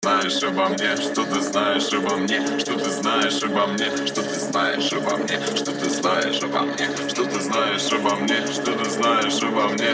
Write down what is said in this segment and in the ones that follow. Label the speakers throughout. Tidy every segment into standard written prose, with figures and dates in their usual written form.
Speaker 1: Знаешь обо мне, что ты знаешь обо мне, что ты знаешь обо мне, что ты знаешь обо мне, что ты знаешь обо мне, что ты знаешь обо мне, что ты знаешь обо мне.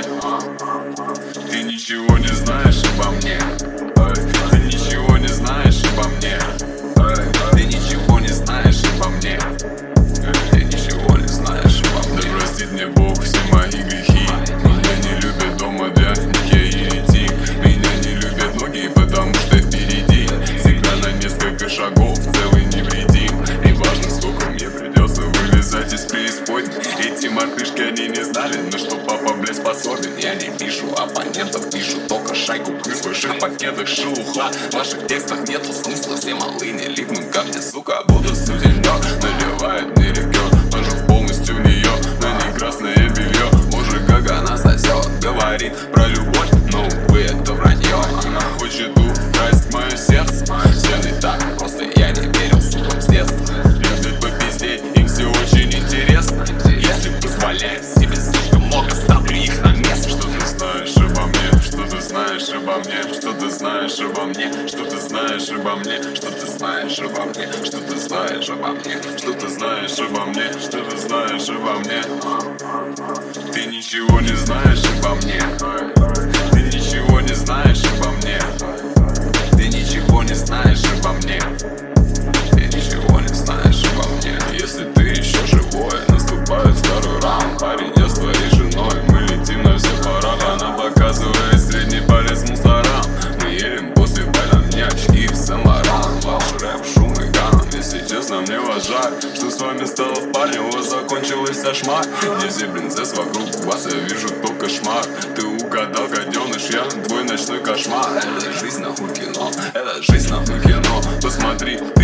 Speaker 1: Ты ничего не знаешь обо мне, ты ничего не знаешь обо мне, ты ничего не знаешь обо мне, ты ничего не знаешь обо мне. Да простит мне Бог все мои грехи. Меня не любят дома, для них я еретик. Меня не любят многие, потому что впереди всегда на несколько шагов целый невредим. И важно, сколько мне придется вылезать из преисподней. Эти мартышки, они не знали, на что папа, блядь, способен. Я не пишу оппонентов, пишу только шайку крыс. В ваших пакетах шелуха, в ваших текстах нету смысла. Все малые не липнут ко мне, сука, буду суден. Наливает мне ликер, ножом полностью в нее, но не красное белье. Боже, как она сосет, говорит про любовь, но увы, это вранье. Она хочет украсть мое сердце. Все не так, просто я не верил, сука, с детства. Любят попиздеть, им все очень интересно. Если позволяет себе слишком много, ставлю их на место. Что ты знаешь обо мне, что ты знаешь обо мне, что ты знаешь обо мне, что ты знаешь обо мне, что ты знаешь обо мне, что ты знаешь обо мне, что ты знаешь обо мне, что ты знаешь обо мне. Ты ничего не знаешь обо мне, ты ничего не знаешь обо мне, ты ничего не знаешь обо мне, ты ничего не знаешь обо мне. Если ты еще живой, наступает второй раунд. Парень, я с твоей женой, мы летим на все парах. Она показывает средний палец мусорам. Мы едем после байла, мне очки и Сен-Лоран. Ваш рэп, шум и гам. Если честно, мне вас жаль, что с вами стало в парне. У вас закончилась вся шмаль. Где все принцесс вокруг вас, я вижу только кошмар. Ты угадал, гаденыш, я твой ночной кошмар. Это жизнь нахуй кино, это жизнь нахуй кино. Посмотри,